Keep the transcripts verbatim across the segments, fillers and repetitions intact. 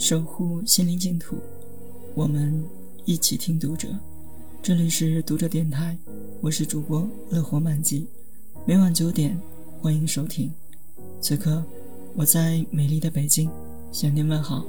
守护心灵净土，我们一起听读者。这里是读者电台，我是主播乐活漫记，每晚九点欢迎收听。此刻我在美丽的北京向您问好。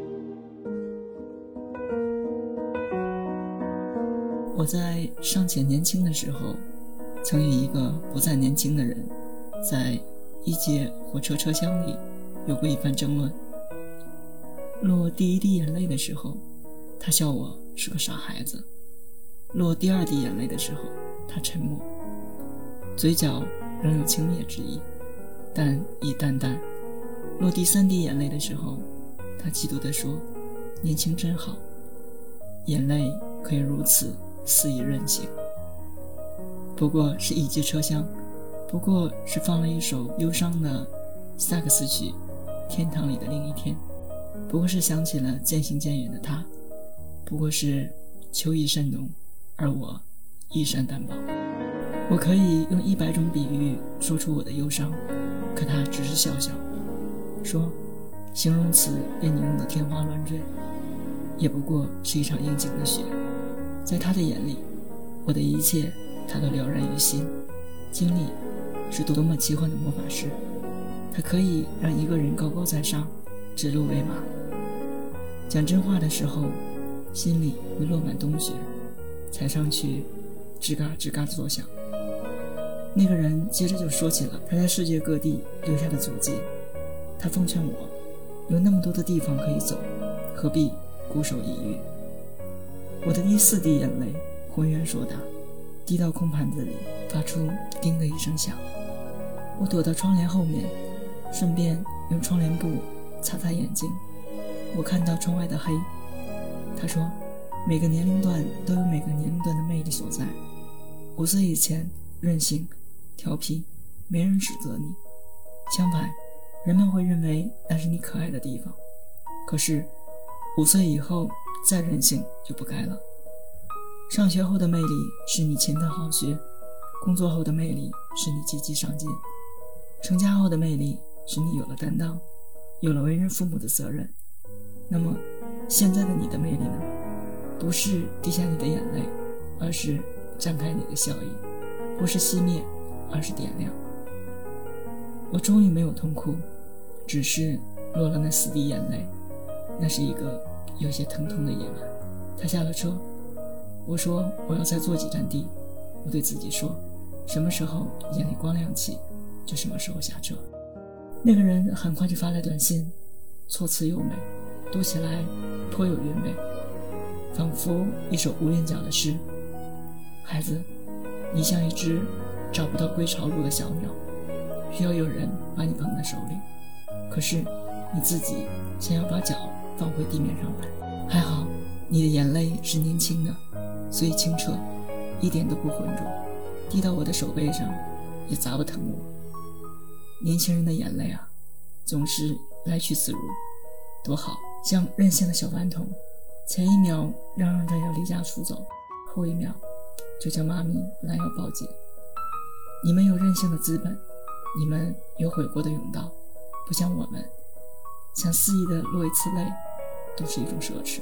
我在尚且年轻的时候，曾与一个不再年轻的人在一节火车车厢里有过一番争论。落第一滴眼泪的时候，他笑我是个傻孩子；落第二滴眼泪的时候，他沉默，嘴角仍有轻蔑之意，但已淡淡。落第三滴眼泪的时候，他嫉妒地说：年轻真好，眼泪可以如此肆意任性。不过是一节车厢，不过是放了一首忧伤的萨克斯曲《天堂里的另一天》，不过是想起了渐行渐远的他，不过是秋意甚浓，而我衣衫单薄。我可以用一百种比喻说出我的忧伤，可他只是笑笑，说形容词被你用得天花乱坠，也不过是一场应景的雪。在他的眼里，我的一切他都了然于心。经历是多么奇幻的魔法师，他可以让一个人高高在上，指鹿为马。讲真话的时候，心里会落满冬雪，踩上去吱嘎吱嘎作响。那个人接着就说起了他在世界各地留下的足迹。他奉劝我，有那么多的地方可以走，何必孤守一隅。我的第四滴眼泪浑圆硕大，滴到空盘子里，发出叮的一声响。我躲到窗帘后面，顺便用窗帘布擦擦眼睛。我看到窗外的黑。他说每个年龄段都有每个年龄段的魅力所在。五岁以前任性调皮，没人指责你，相反，人们会认为那是你可爱的地方。可是五岁以后再任性就不该了。上学后的魅力是你勤奋好学，工作后的魅力是你积极上进，成家后的魅力是你有了担当，有了为人父母的责任。那么现在的你的魅力呢？不是滴下你的眼泪，而是张开你的笑意；不是熄灭，而是点亮。我终于没有痛哭，只是落了那四滴眼泪。那是一个有些疼痛的夜晚。他下了车，我说我要再坐几站地。我对自己说，什么时候眼里光亮起，就什么时候下车。那个人很快就发来短信，措辞优美，读起来颇有韵味，仿佛一首无韵脚的诗。孩子，你像一只找不到归巢路的小鸟，需要有人把你捧在手里，可是你自己想要把脚放回地面上来。还好你的眼泪是年轻的，所以清澈，一点都不浑浊，滴到我的手背上也砸不疼我。年轻人的眼泪啊，总是来去自如，多好，像任性的小顽童，前一秒嚷嚷着要离家出走，后一秒就叫妈咪拦腰抱紧。你们有任性的资本，你们有悔过的甬道，不像我们，想肆意的落一次泪都是一种奢侈。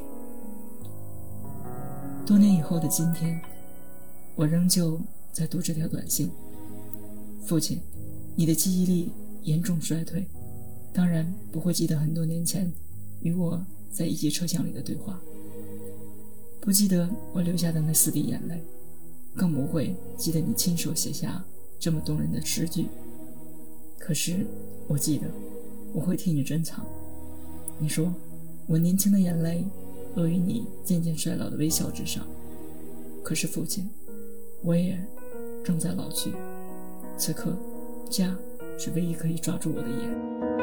多年以后的今天，我仍旧在读这条短信。父亲，你的记忆力严重衰退，当然不会记得很多年前与我在一节车厢里的对话，不记得我流下的那四滴眼泪，更不会记得你亲手写下这么动人的诗句。可是我记得，我会替你珍藏。你说我年轻的眼泪落于你渐渐衰老的微笑之上，可是父亲，我也正在老去。此刻家是唯一可以抓住我的眼。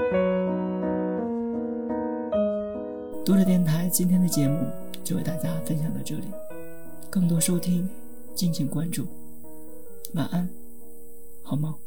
读者电台今天的节目就为大家分享到这里，更多收听敬请关注。晚安，好梦。